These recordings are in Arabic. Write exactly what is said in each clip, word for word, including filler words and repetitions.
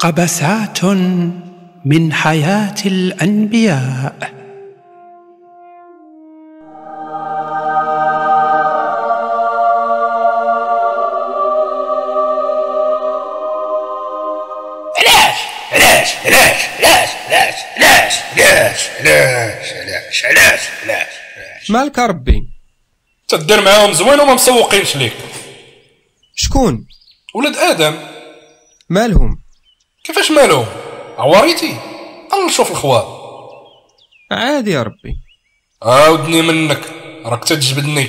قبسات من حياة الأنبياء. علاش علاش علاش علاش علاش علاش علاش علاش علاش علاش علاش مالك ربي؟ تدير معاهم زوين وما مسوقينش ليك. شكون؟ ولاد ادم. مالهم؟ كيفاش مالهم؟ عواريتي قل شوف الخوار. عادي يا ربي. عاودني منك راك تجبدني.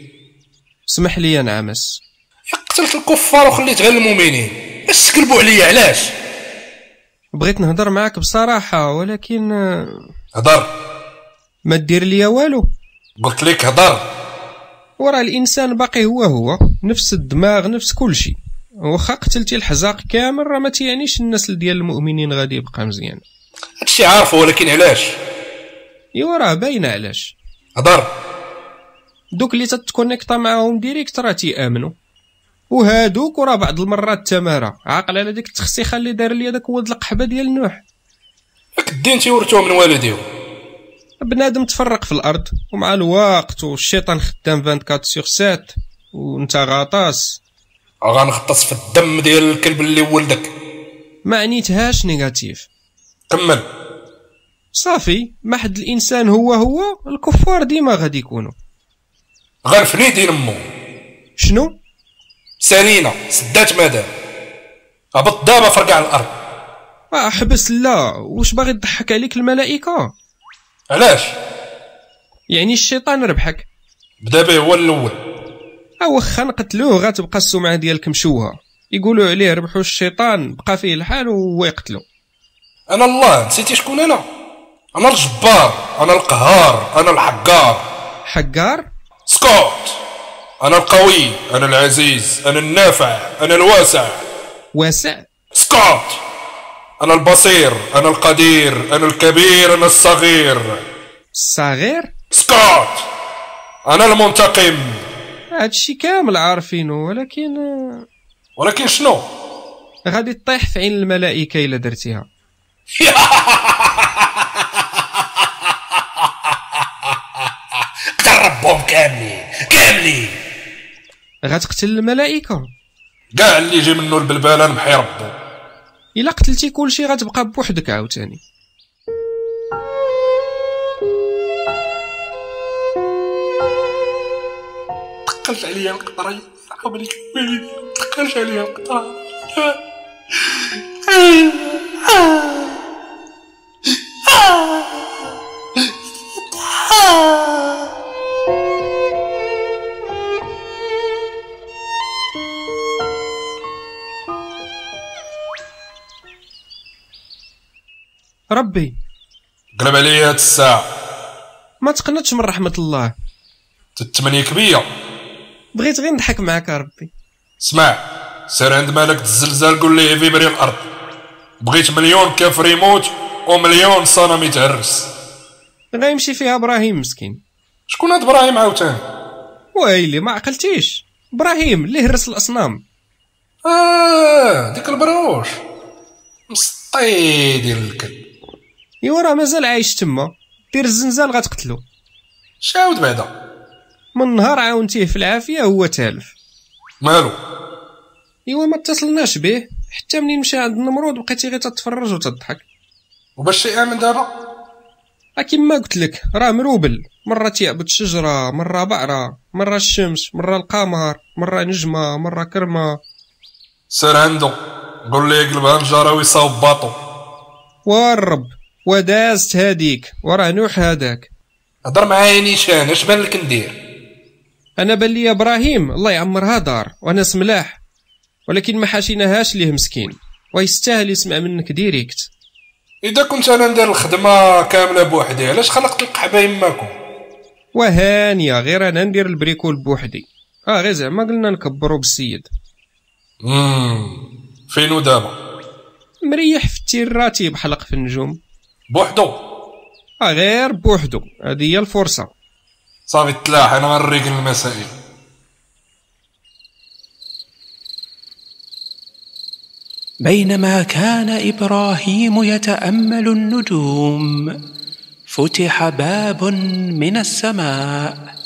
اسمح لي يا نعمس. يا قتلت الكفار وخليت غير المؤمنين، باش تقلبوا عليا علاش؟ بغيت نهضر معاك بصراحة ولكن هضر. ما دير ليا والو. قلت لك هضر. ورا الانسان باقي هو هو، نفس الدماغ نفس كل شيء. واخا قتلتي الحزاق كامل راه ما تيعنيش النسل ديال المؤمنين غادي يبقى مزيان. هادشي عارفه ولكن علاش؟ ايوا راه باينه علاش. هضر. دوك اللي تتكونيكطا معاهم ديريكت راه تيامنوا، وهادوك وراه بعض المرات تماره عاقل على ديك التخسيخه اللي دار ليا داك ولد القحبه ديال نوح. ياك الدين تيورثوه من والديهم. بنادم تفرق في الارض ومع الوقت والشيطان خدام أربعة وعشرين سور سبعة وانت غاطاس. غنختص في الدم ديال الكلب اللي ولدك. ما عنيتهاش نيجاتيف. كمل. صافي، ما حد الانسان هو هو، الكفار ديما غادي يكونوا. غنفني دين امو. شنو؟ سالينا سدات مدام. هبط دابا فرقع الارض. اه حبس. لا واش باغي تضحك عليك الملائكه؟ علاش؟ يعني الشيطان ربحك. بدا به هو الاول. اه واخا نقتلوه غتبقى السمعه ديالك مشوهه، يقولوا عليه ربحوا الشيطان بقى فيه الحال وهو يقتلو. انا الله نسيتي شكون انا؟ انا الجبار، انا القهار، انا الحقار. حقار؟ سكوت. انا القوي، انا العزيز، انا النافع، انا الواسع. واسع؟ سكوت. انا البصير، انا القدير، انا الكبير، انا الصغير. الصغير؟ سكوت. انا المنتقم. هادشي كامل عارفينه ولكن ولكن شنو؟ غادي تطيح في عين الملائكه الا درتيها. قربهم كاملين كاملين. غتقتل الملائكه؟ كاع اللي يجي منه البلباله نمحي ربو. الا قتلتي كلشي غتبقى بوحدك عاوتاني. تقلت عليا القطره صعب عليك الوالد. تقلت عليا القطره. ربي قلب عليا هاد الساعه. ما تقنطش من رحمه الله. تتمنيك بيا. بغيت غير نضحك معاك ربي. اسمع، سير عند مالك الزلزال قول ليه فيبري الارض. بغيت مليون كافر يموت ومليون صنم يتهرس. غيمشي فيها ابراهيم مسكين. شكون هاد ابراهيم عاوتاني؟ ويلي ما عقلتيش؟ ابراهيم اللي هرس الاصنام. اه ديك البروش مسطي ديال الكلب. ايوا راه مازال عايش تما، دير الزنزال غتقتلو. شاود بعدا؟ من نهار عاونتيه في العافيه هو تالف. مالو؟ ايوا ما اتصلناش به حتى منين مشى عند النمرود بقيتي غير تتفرج وتضحك. وباش يامن دابا؟ كيما قلت لك راه مروبل، مره تيعبد شجره، مره بعره، مره الشمس، مره القمر، مره نجمه، مره كرمه. سير عنده قول ليه يقلبها نجاره ويصاوب باطو. والرب ودازت هاديك وراه نوح هذاك. هضر معايا نيشان اش بان لك ندير؟ انا بان لي ابراهيم الله يعمرها دار وناس ملاح، ولكن ما حاشيناهاش ليه مسكين ويستاهل يسمع منك ديريكت. اذا كنت انا ندير الخدمه كامله بوحدي علاش خلقت القحبه يماكم؟ وهانيه غير انا ندير البريكول بوحدي. اه غير زعما قلنا نكبروا بالسيد. امم فينو دابا؟ مريح في التيراتي بحلق في النجوم بوحدو. اه غير بوحدو، هذه هي الفرصه. صافي تلاح انا غنريك المسائل. بينما كان إبراهيم يتأمل النجوم فتح باب من السماء.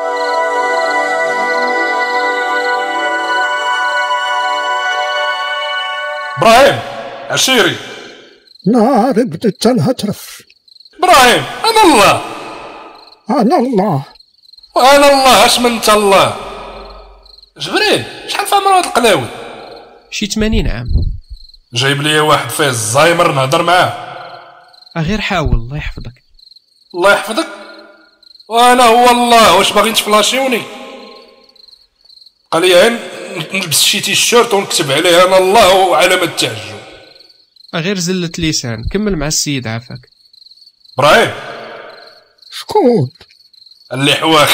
إبراهيم عشيري. نار بدت تنهترف. إبراهيم أنا الله. أنا الله. وأنا الله اش من انت الله. جبريل شحال في عمر هاد القلاوي؟ شي ثمانين عام. جايب لي واحد فيه الزايمر نهضر معاه. غير حاول الله يحفظك. الله يحفظك. وانا هو الله. واش باغي تفلاشيوني؟ قال لي غير نلبس شي تيشيرت ونكتب عليه انا الله وعلامه التعجب. غير زلة لسان. كمل مع السيد عافاك. ابراهيم شكون؟ اللي حواك.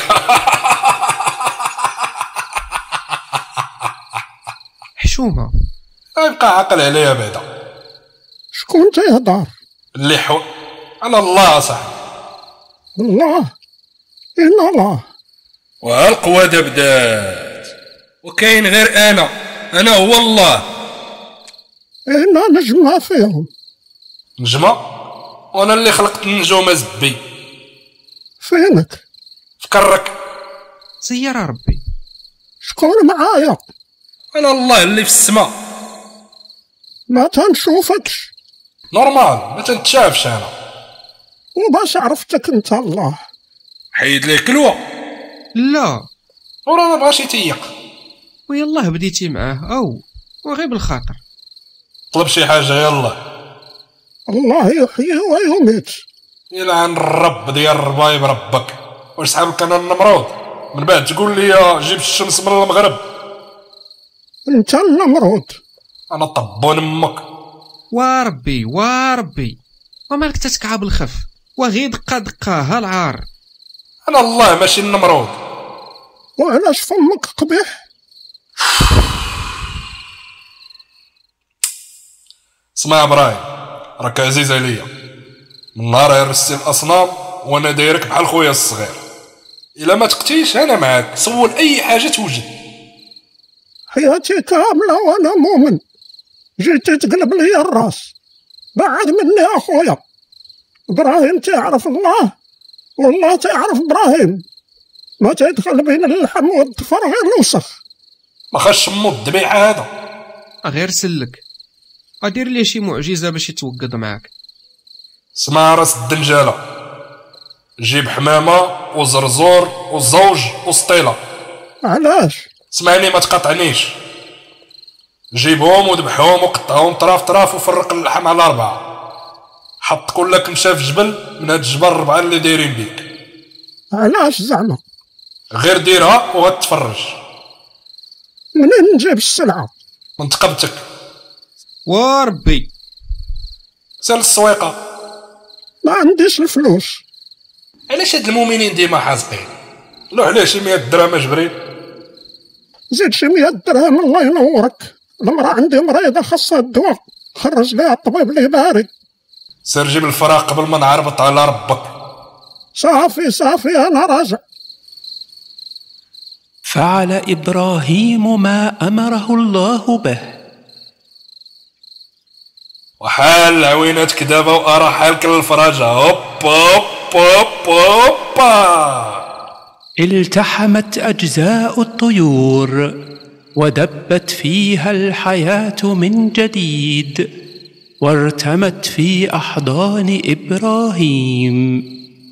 حشومه. يبقى عقل عليا بعدا. شكون تيهضر؟ اللي حو انا الله صاحبي. الله. إن الله. والقوادة بدات وكاين غير انا. انا هو الله. إنا نجمع فيهم. نجمة؟ وانا اللي خلقت النجوم زبي. فينك؟ فكرك. سيارة ربي. شكون معايا؟ انا الله اللي في السماء. ما تنشوفكش. نورمال ما تنتشافش انا. وباش عرفتك انت الله؟ حيد ليه كلوة. لا ورا ما بغاش يتيق. ويلاه بديتي معاه او وغير بالخاطر. طلب شي حاجة يلا. الله يحيي ويميت. يلعن الرب ديال الربايب ربك. واش صحابك انا النمرود من بعد تقول لي جيب الشمس من المغرب؟ انت النمرود. انا طبون امك. وربي وربي ومالك تتكعب الخف وغي دقه دقه ها العار. انا الله ماشي النمرود. وعلاش فمك قبيح؟ اسمع ابراهيم راك عزيز عليا. من نهار هرستي الاصنام وانا دايرك بحال خويا الصغير. الا ما تقتيش انا معاك. صول اي حاجه توجد. حياتي كامله وانا مؤمن. جيتي تقلب لي الراس. بعد مني اخويا. ابراهيم تعرف الله والله تعرف ابراهيم. ما تدخل بين اللحم والضفر غير الوسخ. ما خاش مو الذبيحه هذا. غير سلك. ادير لي شي معجزه باش يتوقد معاك. اسمع راس الدنجاله. جيب حمامه وزرزور وزوج وسطيله. علاش؟ اسمعني ما تقاطعنيش. جيبهم وذبحهم وقطعهم طراف طراف وفرق اللحم على أربعة. حط كل كمشة في جبل من هاد الجبل الربعة اللي دايرين بيك. علاش زعما؟ غير ديرها وغتفرج. منين نجيب السلعة؟ من تقبتك. وربي سال السويقة. ما عنديش الفلوس. علاش هاد المؤمنين ديما حازقين؟ لوح عليه شي مية درهم جبريل. زيد شي مية درهم الله ينورك. المرأة عندي مريضة خاصها الدواء. خرج ليها الطبيب اللي باري. سير جيب الفراق قبل ما نعربط على ربك. صافي صافي أنا راجع. فعل إبراهيم ما أمره الله به. وحال العوينات كدابة وأرى حالك للفراجة. هوبا هوبا هوبا. التحمت أجزاء الطيور ودبت فيها الحياة من جديد وارتمت في أحضان إبراهيم.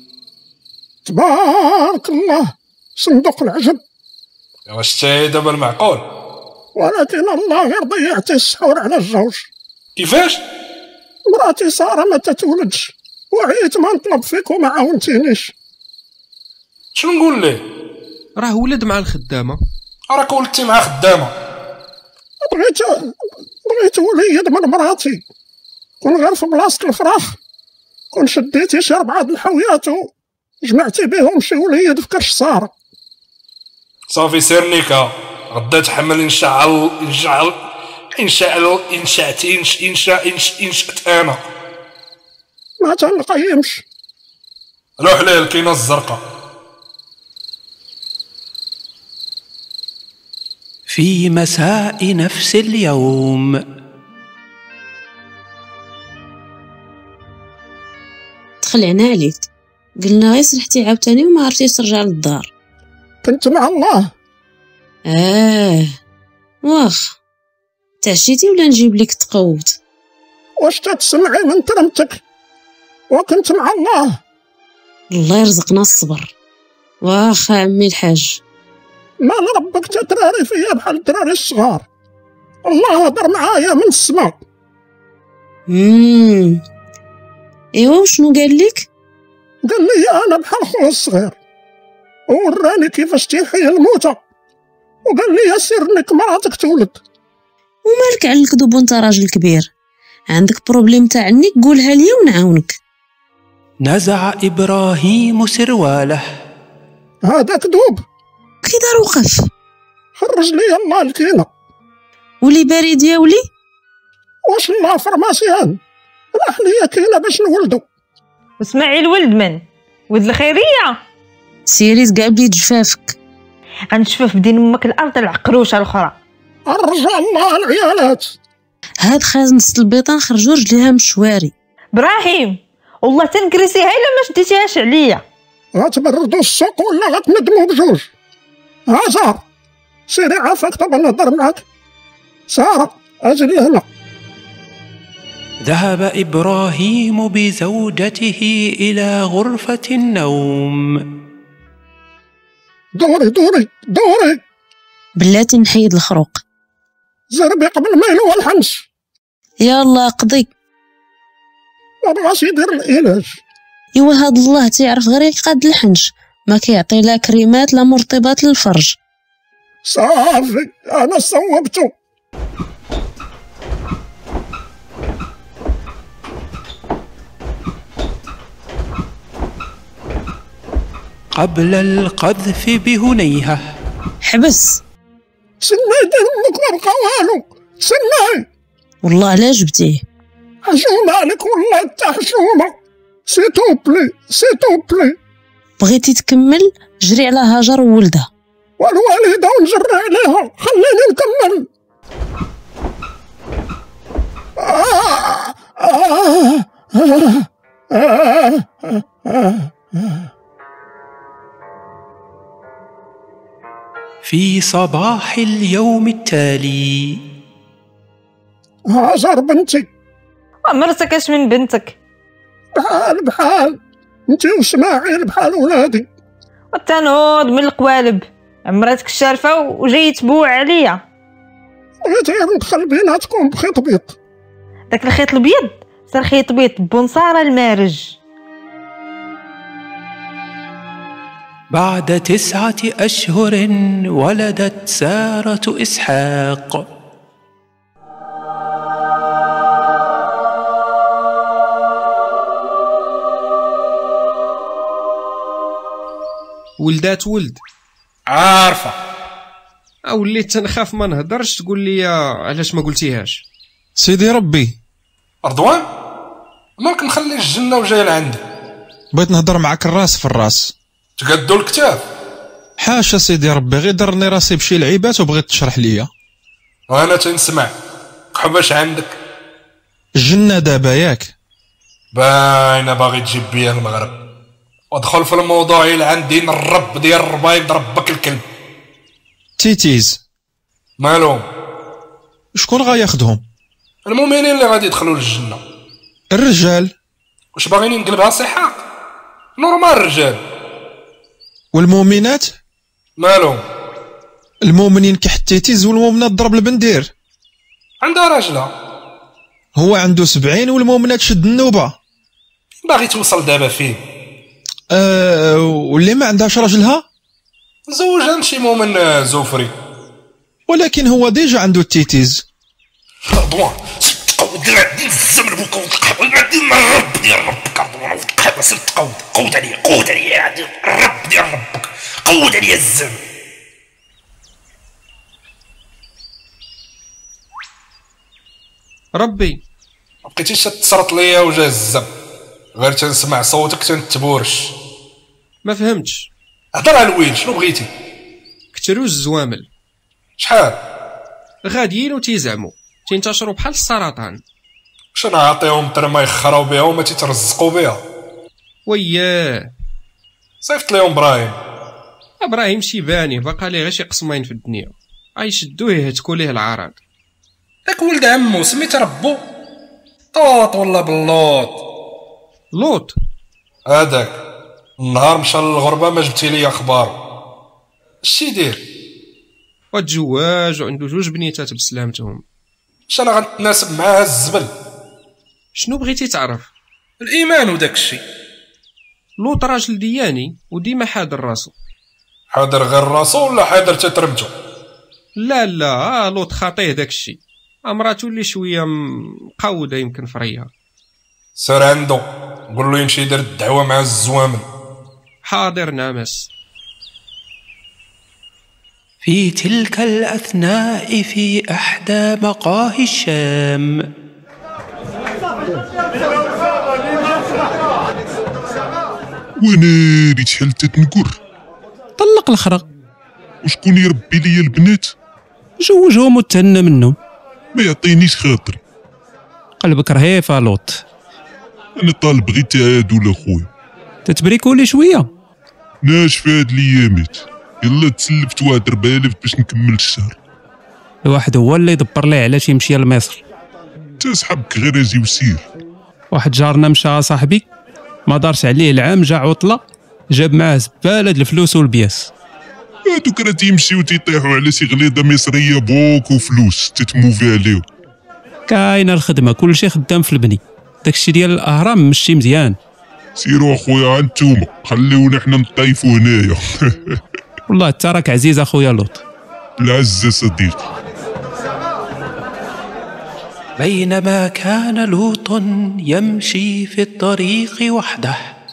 تبارك الله. صندوق العجب. واش تاهي دابا المعقول؟ ولكن الله غير ضيعتي السحور على الزوج. كيفاش؟ مراتي سارة ما تتولدش وعيت ما نطلب فيك وما عاونتينيش. شنو نقول ليه؟ راه ولد مع الخدامه. راك ولدتي مع خدامه. بغيت بغيت وليد من مراتي. كون غير في بلاصه الفراخ كون شديتي شي ربعه د الحويات وجمعتي بهم شي وليد في كرش ساره. صافي سير نيكا. غدا تحمل ان شاء الله ان شاء الله ان شاء الله ان شاءت ان شاء ان شاءت انا. ما تنقيمش. روح ليه الكينه الزرقاء. في مساء نفس اليوم تخلعنا عليك، قلنا غير سرحتي عاوتاني وما عرفتيش ترجع للدار. كنت مع الله. اه واخ تعشيتي ولا نجيب لك تقوت؟ واش تتسمعي من ترمتك؟ وكنت مع الله. الله يرزقنا الصبر. واخ عمي الحاج، مال ربك تتراري فيا بحال الدراري الصغار. الله هضر معايا من السماء. امم ايوا وشنو قال لك؟ قال لي انا بحال خويا الصغير، ووراني كيفاش تيحيي الموتى، وقال لي سير انك مراتك تولد. ومالك على الكذوب وانت راجل كبير؟ عندك بروبليم تاع عنك قولها لي ونعاونك. نزع إبراهيم سرواله. هذا كذوب. كي دار وقف؟ خرج لي الله الكينه. ولي بريد يا ولي؟ واش الله فرماسيان راح ليا كينه باش نولدو. واسمعي الولد من ولد الخيريه، سيري تقع بيد جفافك. غنشفى في دين امك الارض العقروشه الاخرى. الرجع الله العيالات. هاد خازن البيطان خرجوا رجليها من الشواري. ابراهيم والله تنكرسيها الا ما شديتيهاش عليا. غتبردوا السوق ولا غتندموا بجوج. هاجر سيري عافاك طبعا نهضر معاك. ساره اجلي هنا. ذهب إبراهيم بزوجته إلى غرفة النوم. دوري دوري دوري. بلاتي نحيد الخروق. زربي قبل ما يلوى الحنش. يلا قضي. ما بغاش يدير العلاج. ايوا هاد الله تيعرف غير يقاد الحنش، ما كيعطي لا كريمات لا مرطبات للفرج. صافي انا صوبتو. قبل القذف بهنيهة. حبس. سمي دين امك ما بقى والو. سمي. والله لا جبتيه. حشومة عليك والله تا حشومة. سيتو بلي سيتو بلي. بغيتي تكمل جري على هاجر وولدها. والوالدة ونجري عليها خليني نكمل. آه آه آه آه آه آه. في صباح اليوم التالي. هاجر بنتي. مرتك اش من بنتك؟ بحال بحال انتي واسماعيل بحال ولادي. والتنوض من القوالب، عمرتك الشارفه وجاي تبوع عليا. بغيت غير ندخل بيناتكم بخيط بيض. داك الخيط البيض صار خيط بيض بنصاره المارج. بعد تسعة أشهر ولدت سارة إسحاق. ولدات ولد. عارفه. وليت تنخاف ما نهضرش تقول لي علاش ما قلتيهاش. سيدي ربي. رضوان مالك نخلي الجنه وجاي لعندي؟ بغيت نهضر معاك الراس في الراس. تقدو الكتاب. حاشا سيدي ربي، غير درني راسي بشي لعيبات وبغيت تشرح ليا. وانا تنسمع. كحباش عندك؟ الجنه دابا ياك باينه باغي تجيب بيا المغرب. ودخل في الموضوع يلعن دين الرب ديال الربايب ربك الكلب. تيتيز مالهم؟ شكون غياخدهم؟ المؤمنين اللي غادي يدخلوا للجنه. الرجال. واش باغيني نقلبها صحه؟ نورمال الرجال. والمؤمنات مالهم؟ المؤمنين كحتيتيز والمؤمنات ضرب البندير. عندها راجله. هو عنده سبعين والمؤمنات شد النوبه. باغي توصل دابا فيه؟ أه واللي ما عندهاش راجلها زوجها شي مؤمن زوفري. ولكن هو ديجا عنده التيتيز. رضوان تقود لي الزمن بوك وتقود لي الرب ديال ربك. رضوان وتقود تقود قود عليا قود عليا الرب ديال ربك قود عليا الزمن. ربي ما بقيتيش تصرط ليا وجا الزم، غير تنسمع صوتك تنتبورش. ما فهمتش. هضر على الويل شنو بغيتي؟ كتروا الزوامل شحال غاديين وتيزعموا تينتشروا بحال السرطان. واش نعطيهم ترما يخراو بها وما تيترزقوا بها؟ وياه صيفط ليهم ابراهيم. ابراهيم شيباني باقا ليه غير شي قسمين في الدنيا، غيشدوه يهتكوا ليه العراض. داك ولد عمو سميت ربو طوط ولا بلوط؟ لوط. هذاك النهار مشى للغربه ما جبتي لي اخبار. اش يدير؟ وتزواج وعنده جوج بنيتات بسلامتهم. اش انا غنتناسب معاه الزبل؟ شنو بغيتي تعرف؟ الايمان وداك الشيء. لوط راجل دياني وديما حاضر راسو. حاضر غير راسو ولا حاضر تترمتو؟ لا لا آه لوط خاطيه داك الشيء، امراتو اللي شويه مقوده يمكن فريها. سير عندو قول له يمشي يدير الدعوه مع الزوامل. حاضر نامس. في تلك الأثناء في إحدى مقاهي الشام وناري شحال تتنكر. طلق الخرق. وشكون يربي ليا البنات؟ جوجهم وتهنى منهم. ما يعطينيش خاطر. قلبك رهيف لوط. انا طالب غير تعادل اخويا. تتبريكولي شويه ناشف هاد الايامات. يلا تسلفت واحد أربعة آلاف باش نكمل الشهر. الواحد هو اللي يدبر ليه علاش يمشي لمصر. انت صحابك غير اجي وسير. واحد جارنا مشى صاحبي ما دارش عليه العام، جا عطله جاب معاه زباله د الفلوس والبياس. هادوك راه تيمشيو تيطيحوا على شي غليظه مصريه بوك وفلوس تتموفي عليهم. كاينه الخدمه كلشي خدام في البني. داكشي ديال الاهرام مشي مزيان. سيروا اخويا انتوما خليونا حنا نطيفوا هنايا. والله انت راك عزيز اخويا لوط. العزه صديقي. بينما كان لوط يمشي في الطريق وحده.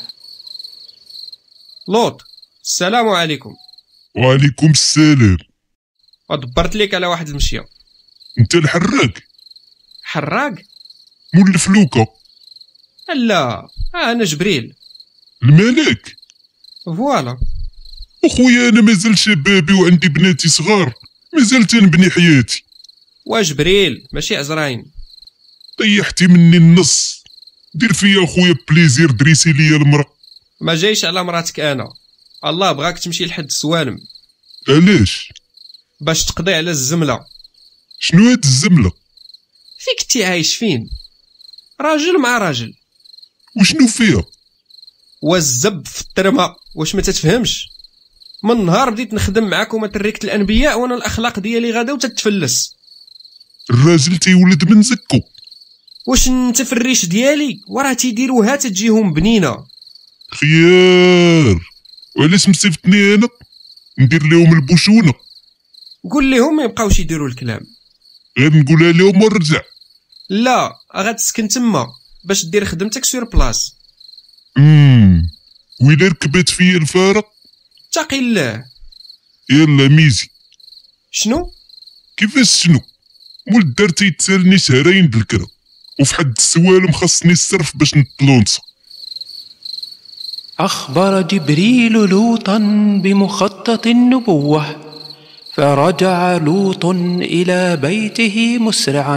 لوط السلام عليكم. وعليكم السلام. ودبرت ليك على واحد المشيه. انت الحراق؟ حراق؟ مول الفلوكه. لا انا جبريل الملك. فوالا. اخويا انا مازال شبابي وعندي بناتي صغار، مازال تنبني حياتي. وجبريل ماشي عزراين. طيحتي مني النص. دير فيا اخويا بليزير دريسي ليا المرا. ما جايش على مراتك انا، الله بغاك تمشي لحد السوالم. علاش؟ باش تقضي على الزمله. شنو هاد الزمله؟ فيك تي عايش فين؟ راجل مع راجل. وشنو فيها؟ والزب في الترمه، واش ما تتفهمش؟ من نهار بديت نخدم معاك وما تريكت الانبياء وانا الاخلاق ديالي غادا وتتفلس. الراجل تيولد من زكو. واش انت في الريش ديالي وراه تيديروها تجيهم بنينه. خيار. وعلاش مصيفتني انا ندير لهم البوشونه؟ قول لهم ما يبقاوش يديروا الكلام. غير نقولها لهم ونرجع. لا غتسكن تما باش دير خدمتك سور بلاص. امم ويلا ركبت فيا الفارق. اتقي الله. يلا ميزي. شنو؟ كيفاش شنو؟ مول الدار تيتسالني شهرين د الكرا، وفي حد السوالم خاصني الصرف باش نطلونص. أخبر جبريل لوطا بمخطط النبوة، فرجع لوط إلى بيته مسرعا.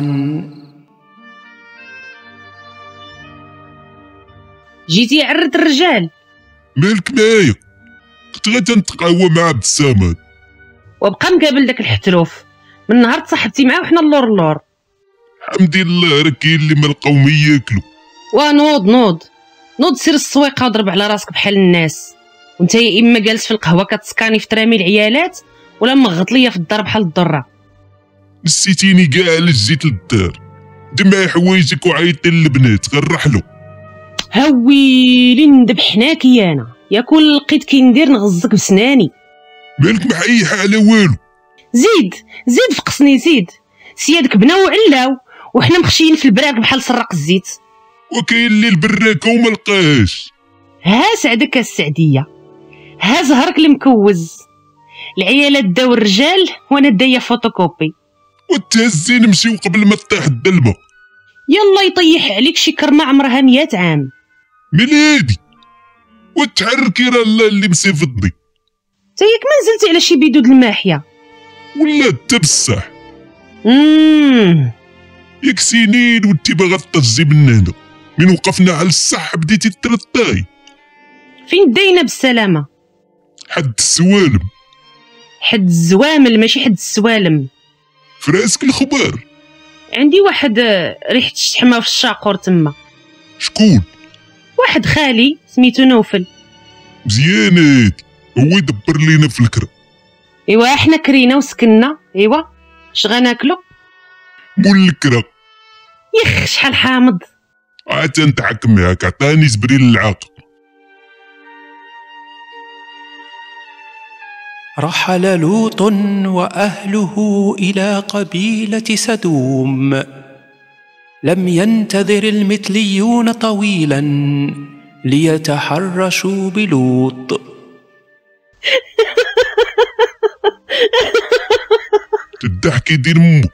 جيتي عرد الرجال. مالك معايا؟ كنت غير تنتقهوى مع عبد الصمد. وبقى مقابل داك الحتلوف من نهار تصاحبتي معاه وحنا اللور اللور. الحمد لله راه كاين اللي ما لقاو ياكلوا. ونوض نوض نوض سير السويقه وضرب على راسك بحال الناس، وانت يا اما جالس في القهوه كتسكاني في ترامي العيالات ولا مغط ليا في الدار بحال الضره. نسيتيني كاع علاش جيت للدار. دمعي حوايجك وعيطي للبنات غير رحلو. هويلي ندبحناك يا انا يا كل لقيت كيندير نغزك بسناني. مالك محيحه على والو. زيد زيد فقسني زيد. سيادك بناو وعلاو وحنا مخشيين في البراك بحال سراق الزيت. وكاين اللي البراكه وما لقاهاش. ها سعدك السعديه، ها زهرك المكوز. العيالات داو الرجال وانا دايا فوتوكوبي. وتهزي نمشيو قبل ما تطيح الظلمه. يلا يطيح عليك شي كرمه عمرها مية عام. ميلادي وتحركي راه الله اللي مسيفضني. تياك ما نزلتي على شي بيدود الماحيه ولا انت بصح. امم ياك سنين وانت باغا تطزي من هنا. من وقفنا على الصح بديتي ترطاي. فين داينه بالسلامه؟ حد السوالم. حد الزوامل ماشي حد السوالم. في راسك الخبار. عندي واحد ريحه الشحمه في الشاقور تما. شكون؟ واحد خالي سميتو نوفل. مزيان هادي، هو يدبر لينا في الكرا. ايوا احنا كرينا وسكننا. ايوا اش غناكلو؟ مول الكرا. يخ شحال حامض. عاد تنتحكم معاك، عطاني زبريل العاقل. رحل لوط وأهله إلى قبيلة سدوم. لم ينتظر المثليون طويلا ليتحرشوا بلوط. الضحك يدير امك.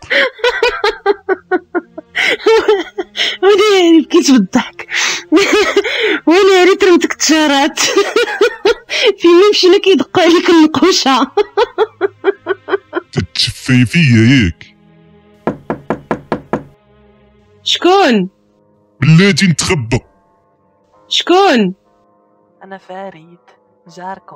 وانا بكيت بالضحك. وانا ريت رمتك تشارات. فين ما مشينا كيدقوا عليك النقوشه. تتشفي فيا ياك. شكون؟ بلاتي نتخبى. شكون؟ انا فريد جاركم.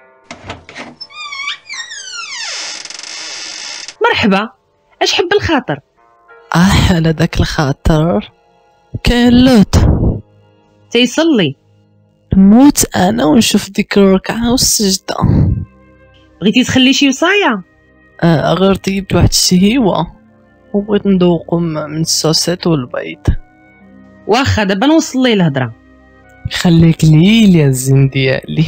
مرحبا، اش حب الخاطر؟ اه على داك الخاطر كاين لوط تيصلي. نموت انا ونشوف ديك الركعه والسجده. بغيتي تخلي شي وصايه؟ اه غير طيبت واحد الشهيوه وبغيت ندوقو من الصوصات والبيض. واخا دابا نوصل ليه الهضره. خليك ليل يا الزين ديالي.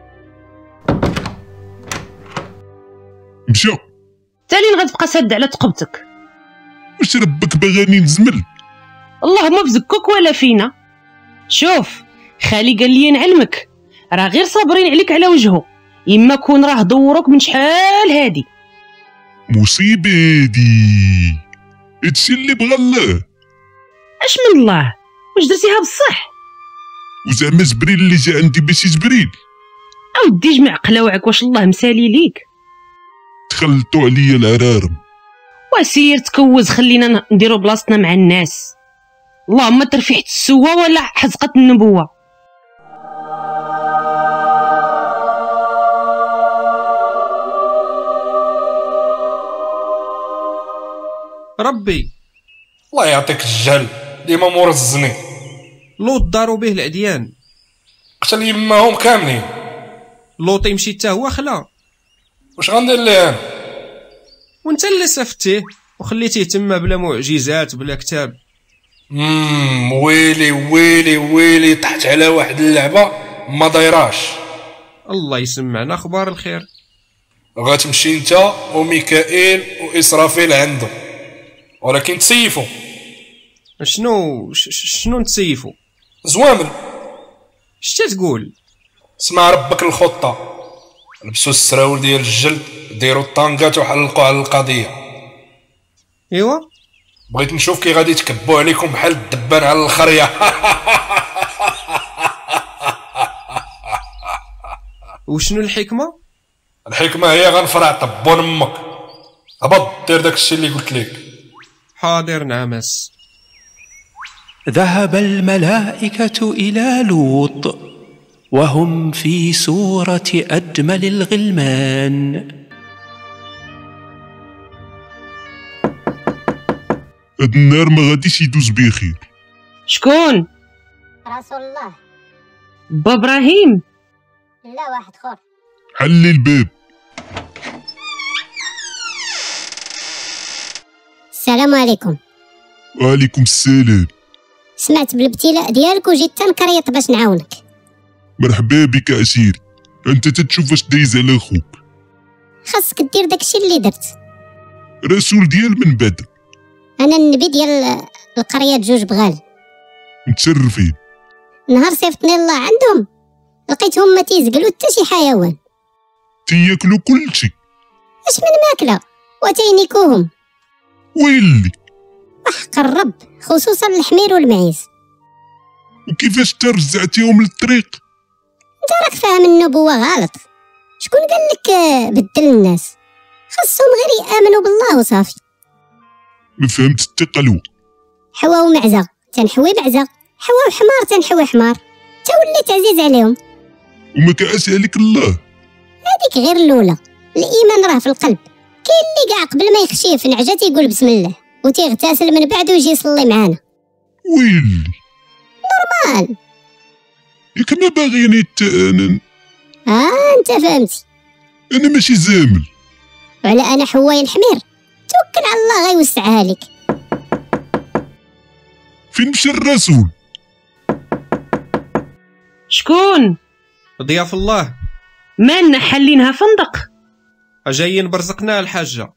مشى تالين غتبقى ساد على تقبتك. واش ربك باغاني نزمل؟ اللهم بزكوك ولا فينا. شوف خالي قال لي نعلمك راه غير صابرين عليك على وجهه، اما كون راه دوروك من شحال هادي. مصيبه هادي، هادشي اللي بغا الله. اش من الله؟ واش درتيها بصح؟ وزعما جبريل اللي جا عندي باش يجبريل؟ اودي جمع قلاوعك، واش الله مسالي ليك؟ تخلطوا عليا العرارم. وسير تكوز، خلينا نديرو بلاصتنا مع الناس. اللهم ترفيحة السوا ولا حزقة النبوة. ربي الله يعطيك الجهل ديما مرزني. لوط داروا به العديان، قتل يماهم كاملين. لوط يمشي حتى هو خلا. واش غندير ليه انا؟ وانت اللي صفتيه وخليتيه تما بلا معجزات بلا كتاب. امم ويلي ويلي ويلي، طحت على واحد اللعبه ما دايراش. الله يسمعنا اخبار الخير. غتمشي انت وميكائيل واسرافيل عنده، ولكن تسيفوا. شنو شنو نتسيفوا؟ زوامل. شتا تقول؟ اسمع ربك الخطه. لبسوا السراول ديال الجلد، ديروا الطانكات وحلقوا على القضيه. ايوا بغيت نشوف كي غادي تكبوا عليكم بحال الدبان على الخريه. وشنو الحكمه؟ الحكمه هي غنفرع طبون امك. هبط دير داك الشيء اللي قلت لك. حاضر نعمس. ذهب الملائكة إلى لوط وهم في صورة أجمل الغلمان. هاد النهار ما غاديش يدوز بخير. شكون؟ رسول الله. با ابراهيم؟ لا واحد اخر. حلي الباب. السلام عليكم. وعليكم السلام. سمعت بالابتلاء ديالك وجيت تنكريط باش نعاونك. مرحبا بك عشيري، انت تتشوف اش دايز على خوك. خاصك دير داكشي اللي درت. رسول ديال من بدر. انا النبي ديال القريه جوج بغال. متشرفين. نهار صيفطني الله عندهم لقيتهم ما تيزقلوا حتى شي حيوان. تياكلوا كلشي. اش من ماكله وتينيكوهم. ويلي وحق الرب، خصوصا الحمير والمعيز. وكيفاش ترجعتيهم للطريق؟ انت راك فاهم النبوه غلط. شكون قال لك بدل الناس؟ خاصهم غير يامنوا بالله وصافي. ما فهمت التقلوه. حوا ومعزه تنحوي معزه، حوا وحمار تنحوي حمار، تا وليت عزيز عليهم. وما كعس عليك الله. هذيك غير الاولى، الايمان راه في القلب. كاين اللي كاع قبل ما يخشيه في نعجه تيقول بسم الله وتيغتسل من بعد ويجي يصلي معانا. ويلي نورمال. ياك ما باغيني ت... انا اه انت فهمتي. انا ماشي زامل. وعلى انا حواي الحمير، توكل على الله غيوسعها لك. فين مشى الرسول؟ شكون؟ ضياف الله. مالنا حلينها فندق؟ جايين برزقنا الحاجه.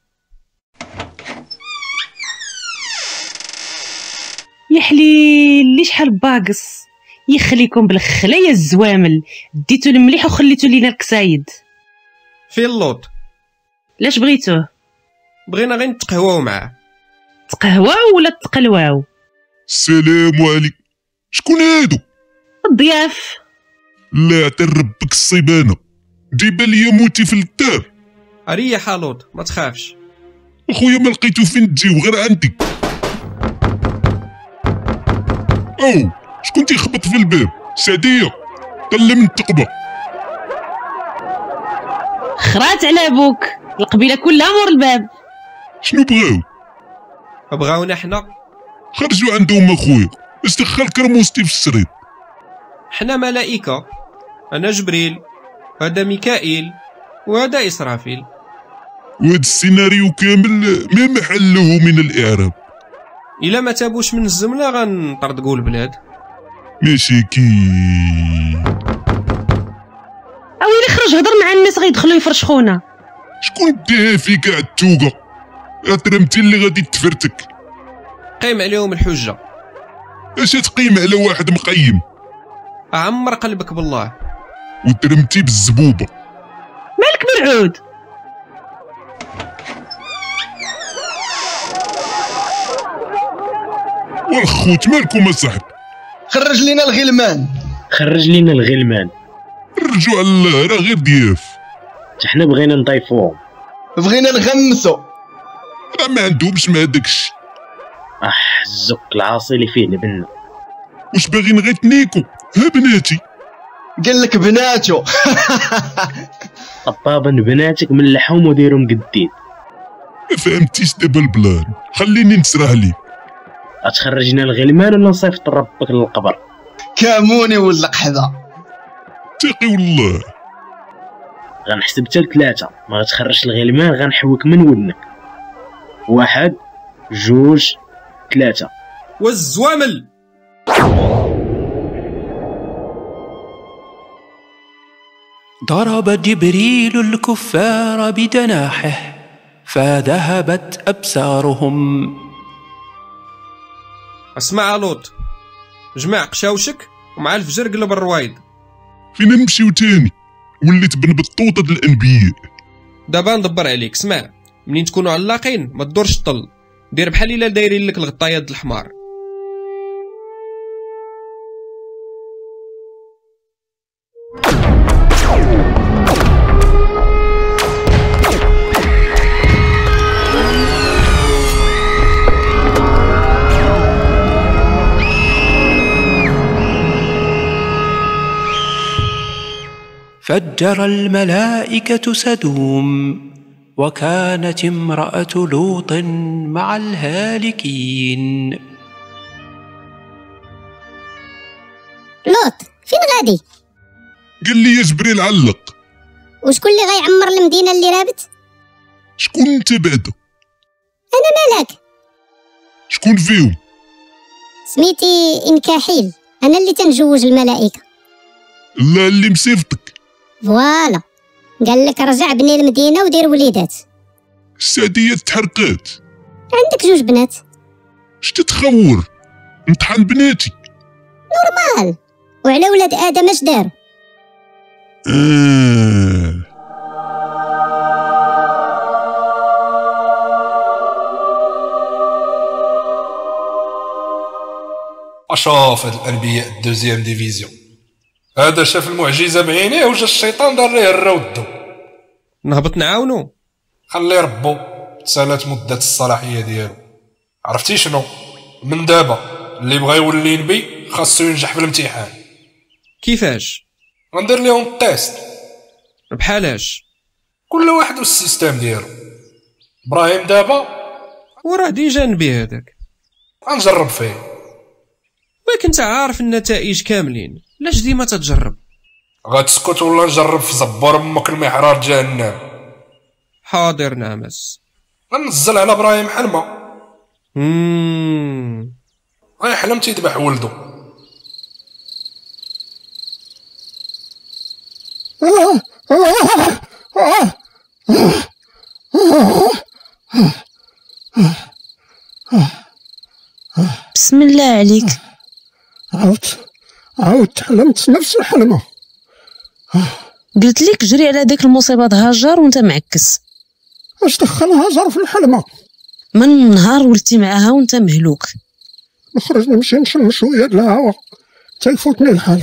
يا حليل شحال باقص، يخليكم بالخلايا الزوامل، ديتو المليح وخليتو لينا الكسايد. فين اللوط؟ لاش بغيتوه؟ بغينا غير نتقهواو معاه. تقهواو ولا تقلواو؟ السلام عليكم. شكون هادو؟ الضياف. لا عطي ربك الصيبانه، جيب ليا موتي في الدار. اريح لوط ما تخافش. اخويا ما لقيتو فين تجيو غير عندي. او شكون تيخبط في الباب؟ سعديه طلع من التقبه. خرات على ابوك، القبيله كلها مور الباب. شنو بغاو؟ بغاونا حنا. خرجوا عندهم اخويا، باش دخل كرموستي في السرير. حنا ملائكه، انا جبريل هذا ميكائيل وهذا اسرافيل. وهذا السيناريو كامل ما محله من الاعراب. الا ما تابوش من الزمله غنطردقوا البلاد. ماشي كي اويلي خرج هضر مع الناس غيدخلوا يفرشخونا. شكون داها فيك على التوقه؟ اطرمتي اللي غادي تفرتك. قيم عليهم الحجه. اش تقيم على واحد مقيم؟ عمر قلبك بالله. وترمتي بالزبوبه. مالك مرعود؟ والخوت مالكم اصاحب؟ خرج لينا الغلمان. خرج لينا الغلمان. رجعوا على الله، راه غير ضياف. حنا بغينا نضيفوهم. بغينا نغمسو. راه ما عندهمش مع داكشي. اح الزك العاصي اللي فيه لبنه. واش باغيين غير تنيكو؟ ها بناتي. قال لك بناتو. طبابا بناتك من اللحوم وديرهم قديد. ما فهمتيش دابا البلان، خليني نسرح ليك. اتخرجنا الغلمان ولا نصيفط ربك للقبر؟ كاموني ولا قحبه. تقي والله. غنحسب حتى لثلاثه، ما غتخرجش الغلمان غنحوك من ودنك. واحد جوج ثلاثه. والزوامل. ضرب جبريل الكفار بجناحه فذهبت أبصارهم. اسمع لوط، جمع قشاوشك ومع الفجر قلب الروايد. فين نمشيو تاني؟ وليت بن بطوطة الانبياء. دابا ندبر عليك. اسمع، منين تكونوا علاقين ما تدورش طل، دير بحال الا دايرين لك الغطايه د الحمار. فجر الملائكة سدوم وكانت امرأة لوط مع الهالكين. لوط فين غادي؟ قال لي يا جبريل علق. وشكون اللي غيعمر المدينة اللي رابت؟ شكون انت بعدا؟ انا مالك؟ شكون فيهم؟ سميتي انكاحيل، انا اللي تنجوج الملائكة. لا اللي مصيفطك. فوالا، قال لك رجع بني المدينة ودير وليدات. السعدية تحرقات. عندك جوج بنات. اش تتخور؟ امتحان بناتي. نورمال. وعلى ولاد آدم اش دار؟ آه. اشوف هاد الانبياء الدوزيام ديفيزيون. هذا شاف المعجزه بعينيه وجا الشيطان دار ليه الرا ودو. نهبط نعاونو. خليه ربو تسالات مده الصلاحيه ديالو. عرفتي شنو؟ من دابا اللي بغى يولي نبي خاصو ينجح في الامتحان. كيفاش؟ غندير لهم التيست. بحالاش؟ كل واحد والسيستم ديالو. ابراهيم دابا وراه ديجا نبي هذاك غنجرب فيه. ولكن انت عارف النتائج كاملين، علاش ديما تتجرب؟ غتسكت ولا نجرب في زبور امك المحرار جهنم؟ حاضر نعمس. غنزل على ابراهيم حلمه. اممم غيحلم تيذبح ولدو. آه آه آه بسم الله عليك. عاودت عاودت حلمت نفس الحلمة. قلت لك جري على ديك المصيبة هاجر وانت معكس. اش دخل هاجر في الحلمة؟ من نهار ولتي معاها وانت مهلوك. نخرج نمشي نشم شوية د الهوا تيفوتني الحال.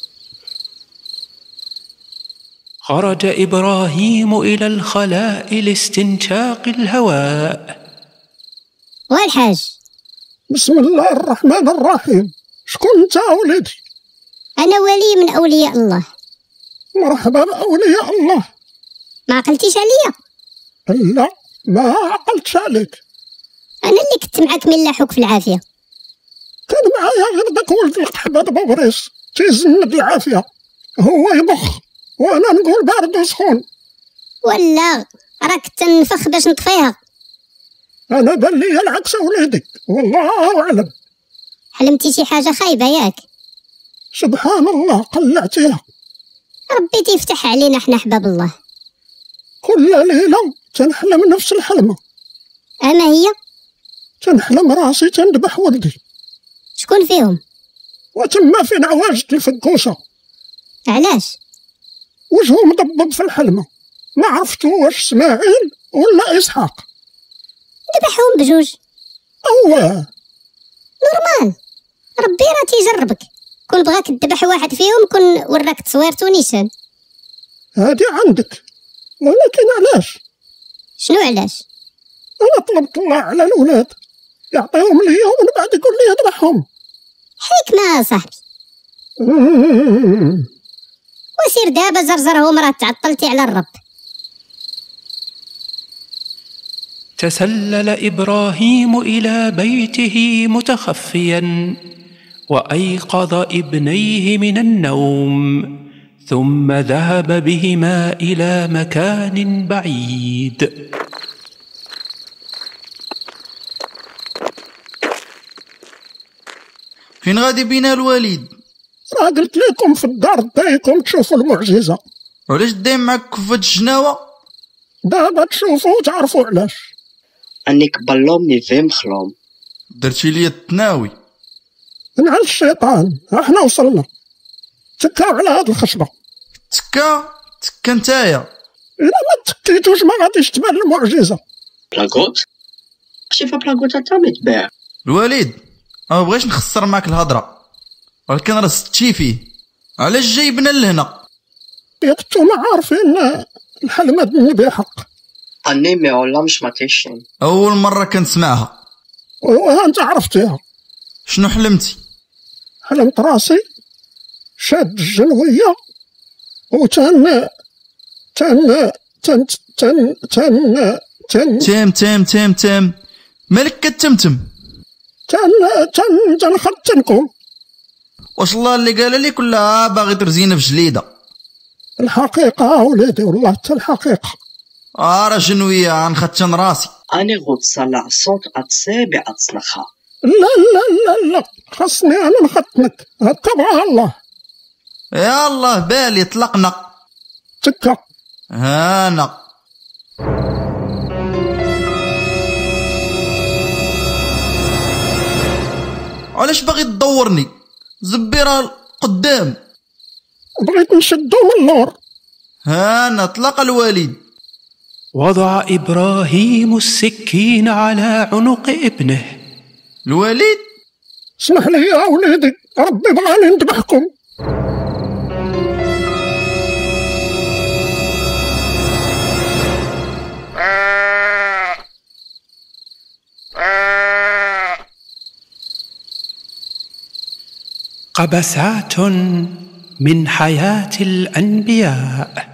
خرج إبراهيم إلى الخلاء لاستنشاق الهواء. والحاج بسم الله الرحمن الرحيم. شكون انت وليدي؟ انا ولي من اولياء الله. مرحبا بأولياء الله. ما عقلتيش عليا؟ لا ما عقلتش عليك. انا اللي كنت معاك من لاحوك في العافيه. كان معايا غير داك ولد القحبة بابريس تيزند العافيه، هو يبخ وانا نقول بارد وسخون. ولا راك تنفخ باش نطفيها. انا بان لي العكس وليدي والله اعلم. حلمتي شي حاجه خايبه ياك؟ سبحان الله قلعتيها. ربي تيفتح علينا حنا احباب الله. كل ليله تنحلم نفس الحلمه. اما هي؟ تنحلم راسي تندبح ولدي. شكون فيهم؟ وتما فين عواجد الفقوسه. علاش؟ وجهه مضبب في الحلمه، ما عرفتو واش اسماعيل ولا اسحاق. ذبحهم بجوج. اواه نورمال، ربي راه تيجربك. كون بغاك تذبح واحد فيهم كون وراك تصويرتو نيشان. هادي عندك، ولكن علاش؟ شنو علاش؟ انا طلبت الله على الاولاد يعطيهم ليا ومن بعد يقول لي اذبحهم. حكمه صاحبي. وسير دابا زرزرهم راه تعطلتي على الرب. تسلل إبراهيم إلى بيته متخفيا وأيقظ ابنيه من النوم، ثم ذهب بهما إلى مكان بعيد. فين غادي بينا الوالد؟ راه قلت لكم في الدار دايكم تشوفوا المعجزه. وعلاش دايم معك كفة الجناوة؟ دابا تشوفوا وتعرفوا علاش. انك بلومني فيم خلوم. درتي لي التناوي. نعل الشيطان، احنا وصلنا. تكاو على هاد الخشبه. تكا تكا نتايا. الا ما تكيتوش ما غاديش تبان المعجزه. بلاكوت شي بلاكوت حتى ما يتباع. الوالد ما بغيتش نخسر معك الهضره، ولكن راه ستي فيه. علاش جايبنا لهنا؟ ياك نتوما عارفين الحلمة د النبي حق. اني ما علمش ما تيشين. اول مره كنسمعها. وها انت عرفتيها. شنو حلمتي؟ حلمت راسي شاد الجنويه وتن تن تن تن تن تن تم تم تم تم مالك كتمتم؟ تن تن تنختنكم. واش الله اللي قال لك ولا باغي ترزينا في جليده؟ الحقيقه وليدي والله حتى الحقيقه. اه راه جنويه غنختن راسي. اني غتصلع صوت اتسابع اتصلخها. لا لا لا لا خاصني انا نختنك هكا بغاها الله. يا الله بالي طلقنا. تكا هانا علاش باغي تدورني؟ زبيرة قدام. بغيت نشدو من النور. هانا طلق الوالد. وضع إبراهيم السكين على عنق ابنه. الوالد اسمح لي يا وليدي، ربي بغاني نذبحكم. قبسات من حياة الأنبياء.